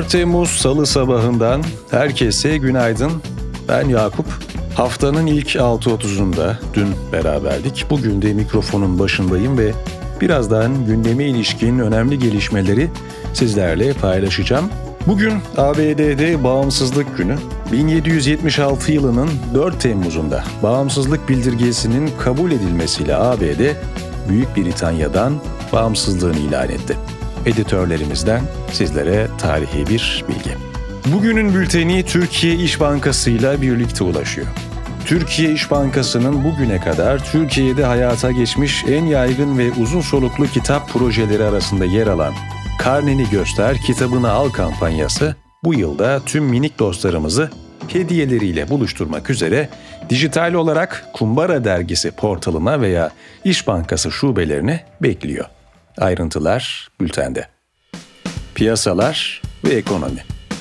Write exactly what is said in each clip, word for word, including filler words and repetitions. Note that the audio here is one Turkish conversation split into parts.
dört Temmuz Salı sabahından herkese günaydın. Ben Yakup. Haftanın ilk altı otuzunda dün beraberdik. Bugün de mikrofonun başındayım ve birazdan gündeme ilişkin önemli gelişmeleri sizlerle paylaşacağım. Bugün A B D'de Bağımsızlık Günü. bin yedi yüz yetmiş altı yılının dört Temmuz'unda bağımsızlık bildirgesinin kabul edilmesiyle A B D, Büyük Britanya'dan bağımsızlığını ilan etti. Editörlerimizden sizlere tarihi bir bilgi. Bugünün bülteni Türkiye İş Bankası ile birlikte ulaşıyor. Türkiye İş Bankası'nın bugüne kadar Türkiye'de hayata geçmiş en yaygın ve uzun soluklu kitap projeleri arasında yer alan Karneni Göster, Kitabını Al kampanyası bu yılda tüm minik dostlarımızı hediyeleriyle buluşturmak üzere dijital olarak Kumbara Dergisi portalına veya İş Bankası şubelerine bekliyor. Ayrıntılar bültende. Piyasalar ve ekonomi.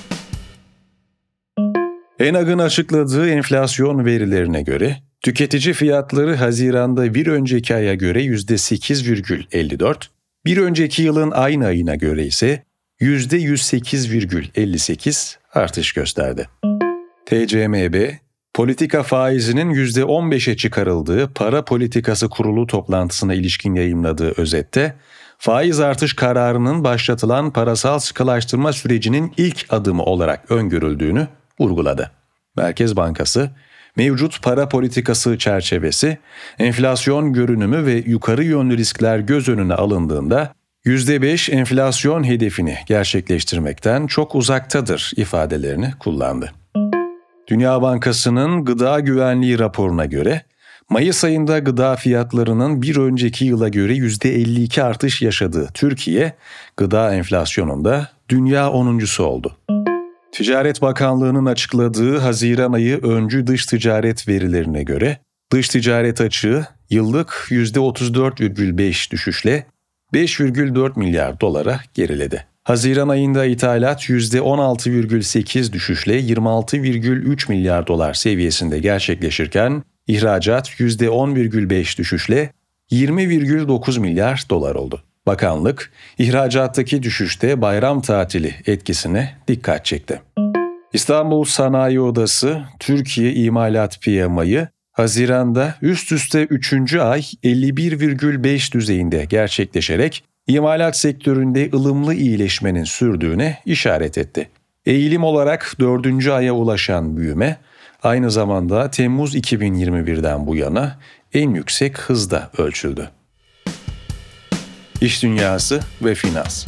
ENAG'ın açıkladığı enflasyon verilerine göre tüketici fiyatları Haziran'da bir önceki aya göre yüzde sekiz virgül elli dört, bir önceki yılın aynı ayına göre ise yüzde yüz sekiz virgül elli sekiz artış gösterdi. T C M B, politika faizinin yüzde on beşe çıkarıldığı Para Politikası Kurulu toplantısına ilişkin yayımladığı özette, faiz artış kararının başlatılan parasal sıkılaştırma sürecinin ilk adımı olarak öngörüldüğünü vurguladı. Merkez Bankası, mevcut para politikası çerçevesi, enflasyon görünümü ve yukarı yönlü riskler göz önüne alındığında yüzde beş enflasyon hedefini gerçekleştirmekten çok uzaktadır ifadelerini kullandı. Dünya Bankası'nın gıda güvenliği raporuna göre, Mayıs ayında gıda fiyatlarının bir önceki yıla göre yüzde elli iki artış yaşadığı Türkiye, gıda enflasyonunda dünya onuncusu oldu. Ticaret Bakanlığı'nın açıkladığı Haziran ayı öncü dış ticaret verilerine göre, dış ticaret açığı yıllık yüzde otuz dört virgül beş düşüşle beş virgül dört milyar dolara geriledi. Haziran ayında ithalat yüzde on altı virgül sekiz düşüşle yirmi altı virgül üç milyar dolar seviyesinde gerçekleşirken, ihracat yüzde on virgül beş düşüşle yirmi virgül dokuz milyar dolar oldu. Bakanlık, ihracattaki düşüşte bayram tatili etkisine dikkat çekti. İstanbul Sanayi Odası, Türkiye İmalat P M I'yi Haziran'da üst üste üçüncü ay elli bir virgül beş düzeyinde gerçekleşerek imalat sektöründe ılımlı iyileşmenin sürdüğüne işaret etti. Eğilim olarak dördüncü aya ulaşan büyüme, aynı zamanda Temmuz iki bin yirmi birden bu yana en yüksek hızda ölçüldü. İş dünyası ve finans.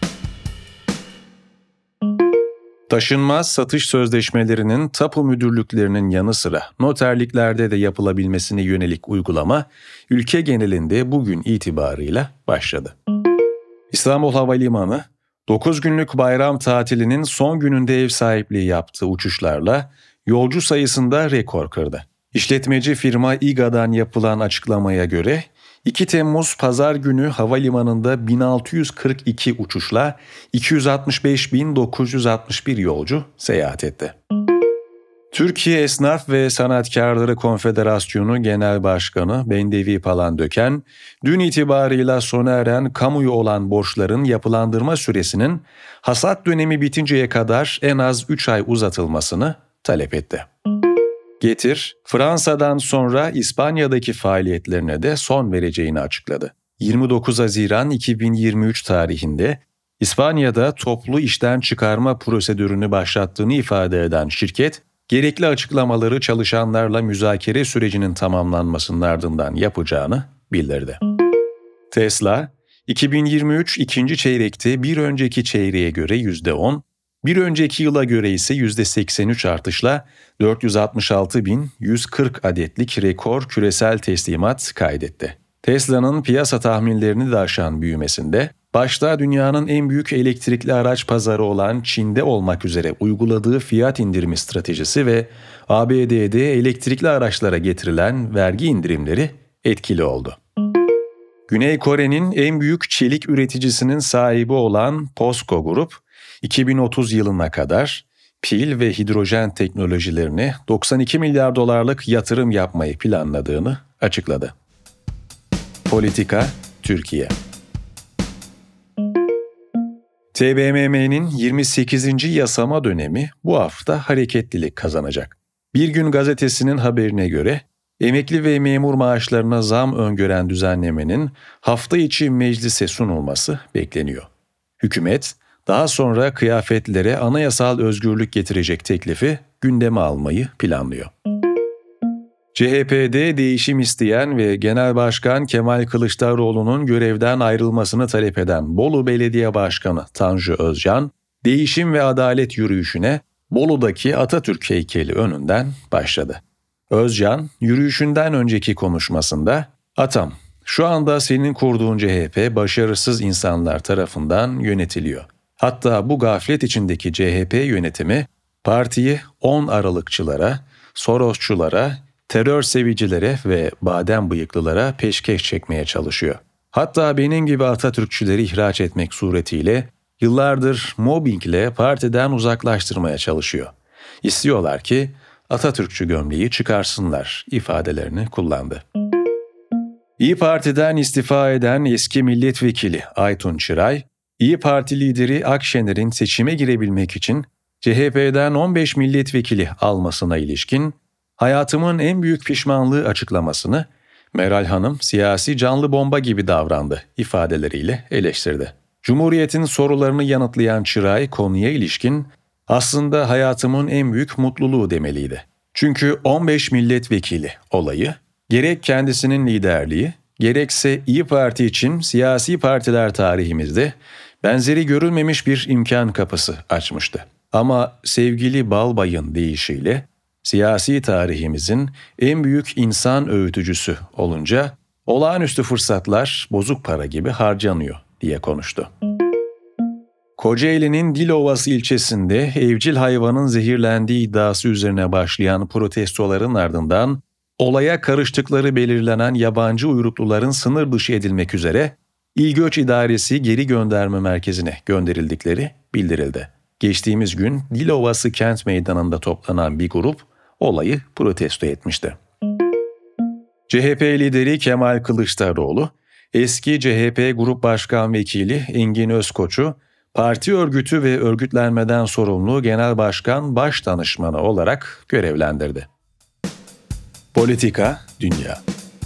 Taşınmaz satış sözleşmelerinin tapu müdürlüklerinin yanı sıra noterliklerde de yapılabilmesine yönelik uygulama ülke genelinde bugün itibarıyla başladı. İstanbul Havalimanı, dokuz günlük bayram tatilinin son gününde ev sahipliği yaptığı uçuşlarla yolcu sayısında rekor kırdı. İşletmeci firma İ G A'dan yapılan açıklamaya göre iki Temmuz Pazar günü havalimanında bin altı yüz kırk iki uçuşla iki yüz altmış beş bin dokuz yüz altmış bir yolcu seyahat etti. Türkiye Esnaf ve Sanatkarları Konfederasyonu Genel Başkanı Bendevi Palandöken, dün itibarıyla sona eren kamuya olan borçların yapılandırma süresinin hasat dönemi bitinceye kadar en az üç ay uzatılmasını talep etti. Getir, Fransa'dan sonra İspanya'daki faaliyetlerine de son vereceğini açıkladı. yirmi dokuz Haziran iki bin yirmi üç tarihinde İspanya'da toplu işten çıkarma prosedürünü başlattığını ifade eden şirket, gerekli açıklamaları çalışanlarla müzakere sürecinin tamamlanmasının ardından yapacağını bildirdi. Tesla, iki bin yirmi üç ikinci çeyrekte bir önceki çeyreğe göre yüzde on, bir önceki yıla göre ise yüzde seksen üç artışla dört yüz altmış altı bin yüz kırk adetlik rekor küresel teslimat kaydetti. Tesla'nın piyasa tahminlerini de aşan büyümesinde, başta dünyanın en büyük elektrikli araç pazarı olan Çin'de olmak üzere uyguladığı fiyat indirimi stratejisi ve A B D'de elektrikli araçlara getirilen vergi indirimleri etkili oldu. Güney Kore'nin en büyük çelik üreticisinin sahibi olan POSCO Grup, iki bin otuz yılına kadar pil ve hidrojen teknolojilerine doksan iki milyar dolarlık yatırım yapmayı planladığını açıkladı. Politika, Türkiye. T B M M'nin yirmi sekizinci yasama dönemi bu hafta hareketlilik kazanacak. Bir Gün Gazetesi'nin haberine göre emekli ve memur maaşlarına zam öngören düzenlemenin hafta içi meclise sunulması bekleniyor. Hükümet daha sonra kıyafetlere anayasal özgürlük getirecek teklifi gündeme almayı planlıyor. C H P'de değişim isteyen ve Genel Başkan Kemal Kılıçdaroğlu'nun görevden ayrılmasını talep eden Bolu Belediye Başkanı Tanju Özcan, değişim ve adalet yürüyüşüne Bolu'daki Atatürk heykeli önünden başladı. Özcan, yürüyüşünden önceki konuşmasında, "Atam, şu anda senin kurduğun C H P başarısız insanlar tarafından yönetiliyor. Hatta bu gaflet içindeki C H P yönetimi partiyi on Aralıkçılara, Sorosçulara, terör sevicilere ve badem bıyıklılara peşkeş çekmeye çalışıyor. Hatta benim gibi Atatürkçüleri ihraç etmek suretiyle yıllardır mobbingle partiden uzaklaştırmaya çalışıyor. İstiyorlar ki Atatürkçü gömleği çıkarsınlar" ifadelerini kullandı. İYİ Parti'den istifa eden eski milletvekili Aytun Çıray, İYİ Parti lideri Akşener'in seçime girebilmek için C H P'den on beş milletvekili almasına ilişkin "Hayatımın en büyük pişmanlığı" açıklamasını "Meral Hanım siyasi canlı bomba gibi davrandı" ifadeleriyle eleştirdi. Cumhuriyet'in sorularını yanıtlayan Çıray konuya ilişkin "Aslında hayatımın en büyük mutluluğu" demeliydi. Çünkü on beş milletvekili olayı gerek kendisinin liderliği, gerekse İYİ Parti için siyasi partiler tarihimizde benzeri görülmemiş bir imkan kapısı açmıştı. Ama sevgili Balbay'ın deyişiyle siyasi tarihimizin en büyük insan öğütücüsü olunca olağanüstü fırsatlar bozuk para gibi harcanıyor diye konuştu. Kocaeli'nin Dilovası ilçesinde evcil hayvanın zehirlendiği iddiası üzerine başlayan protestoların ardından olaya karıştıkları belirlenen yabancı uyrukluların sınır dışı edilmek üzere İl Göç İdaresi Geri Gönderme Merkezi'ne gönderildikleri bildirildi. Geçtiğimiz gün Dilovası kent meydanında toplanan bir grup olayı protesto etmişti. C H P lideri Kemal Kılıçdaroğlu, eski C H P Grup Başkan Vekili Engin Özkoç'u parti örgütü ve örgütlenmeden sorumlu Genel Başkan Başdanışmanı olarak görevlendirdi. Politika, Dünya.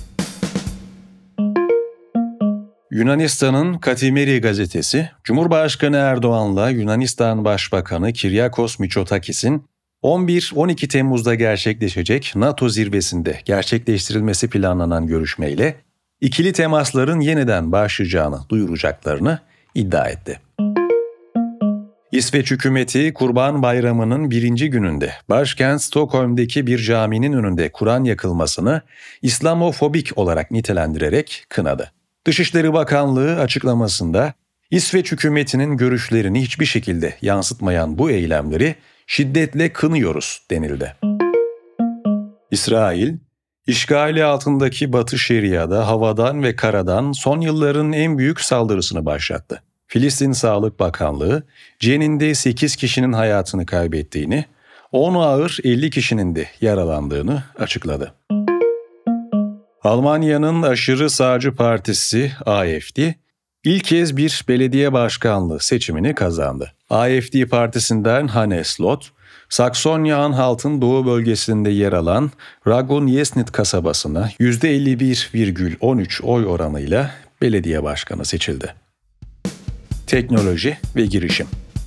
Yunanistan'ın Katimeri gazetesi, Cumhurbaşkanı Erdoğan'la Yunanistan Başbakanı Kyriakos Mitsotakis'in on bir on iki Temmuz'da gerçekleşecek NATO zirvesinde gerçekleştirilmesi planlanan görüşmeyle ikili temasların yeniden başlayacağını duyuracaklarını iddia etti. İsveç hükümeti Kurban Bayramı'nın birinci gününde başkent Stockholm'deki bir caminin önünde Kur'an yakılmasını İslamofobik olarak nitelendirerek kınadı. Dışişleri Bakanlığı açıklamasında İsveç hükümetinin görüşlerini hiçbir şekilde yansıtmayan bu eylemleri şiddetle kınıyoruz denildi. İsrail, işgali altındaki Batı Şeria'da havadan ve karadan son yılların en büyük saldırısını başlattı. Filistin Sağlık Bakanlığı, Cenin'de sekiz kişinin hayatını kaybettiğini, on ağır elli kişinin de yaralandığını açıkladı. Almanya'nın aşırı sağcı partisi A F D, ilk kez bir belediye başkanlığı seçimini kazandı. A F D partisinden Hannes Slot, Saksonya-Anhalt'ın doğu bölgesinde yer alan Ragun-Jesnit kasabasına yüzde elli bir virgül on üç oy oranıyla belediye başkanı seçildi. Teknoloji ve girişim.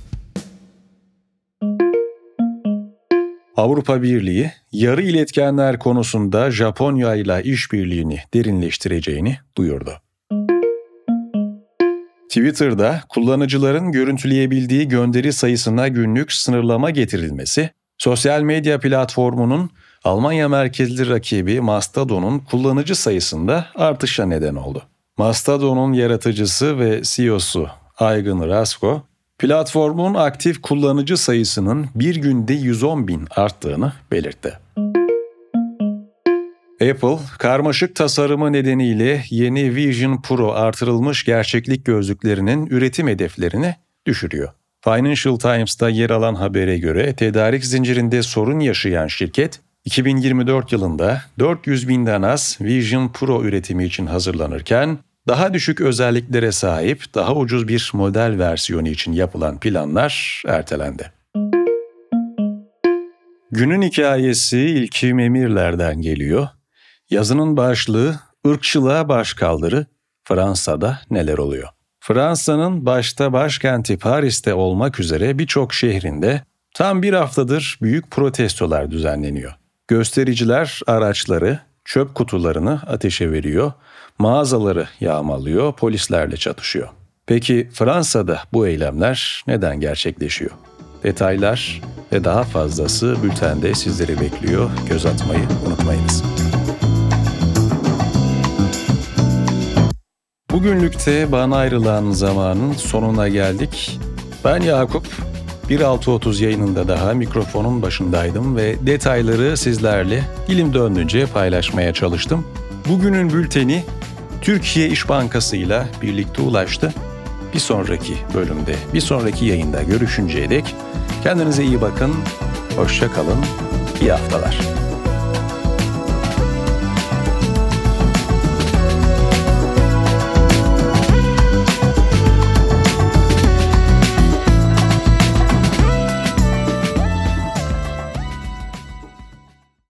Avrupa Birliği, yarı iletkenler konusunda Japonya ile işbirliğini derinleştireceğini duyurdu. Twitter'da kullanıcıların görüntüleyebildiği gönderi sayısına günlük sınırlama getirilmesi, sosyal medya platformunun Almanya merkezli rakibi Mastodon'un kullanıcı sayısında artışa neden oldu. Mastodon'un yaratıcısı ve C E O'su Aygın Rasko, platformun aktif kullanıcı sayısının bir günde yüz on bin arttığını belirtti. Apple, karmaşık tasarımı nedeniyle yeni Vision Pro artırılmış gerçeklik gözlüklerinin üretim hedeflerini düşürüyor. Financial Times'ta yer alan habere göre tedarik zincirinde sorun yaşayan şirket, iki bin yirmi dört yılında dört yüz binden az Vision Pro üretimi için hazırlanırken, Daha düşük özelliklere sahip, daha ucuz bir model versiyonu için yapılan planlar ertelendi. Günün hikayesi İlkim Emirler'den geliyor. Yazının başlığı "Irkçılığa başkaldırı, Fransa'da neler oluyor?" Fransa'nın başta başkenti Paris'te olmak üzere birçok şehrinde tam bir haftadır büyük protestolar düzenleniyor. Göstericiler araçları, çöp kutularını ateşe veriyor, mağazaları yağmalıyor, polislerle çatışıyor. Peki Fransa'da bu eylemler neden gerçekleşiyor? Detaylar ve daha fazlası bültende sizleri bekliyor. Göz atmayı unutmayınız. Bugünlükte bana ayrılan zamanın sonuna geldik. Ben Yakup, bir altı otuz yayınında daha mikrofonun başındaydım ve detayları sizlerle dilim döndüğünce paylaşmaya çalıştım. Bugünün bülteni Türkiye İş Bankası ile birlikte ulaştı. Bir sonraki bölümde, bir sonraki yayında görüşünceye dek kendinize iyi bakın, hoşça kalın, iyi haftalar.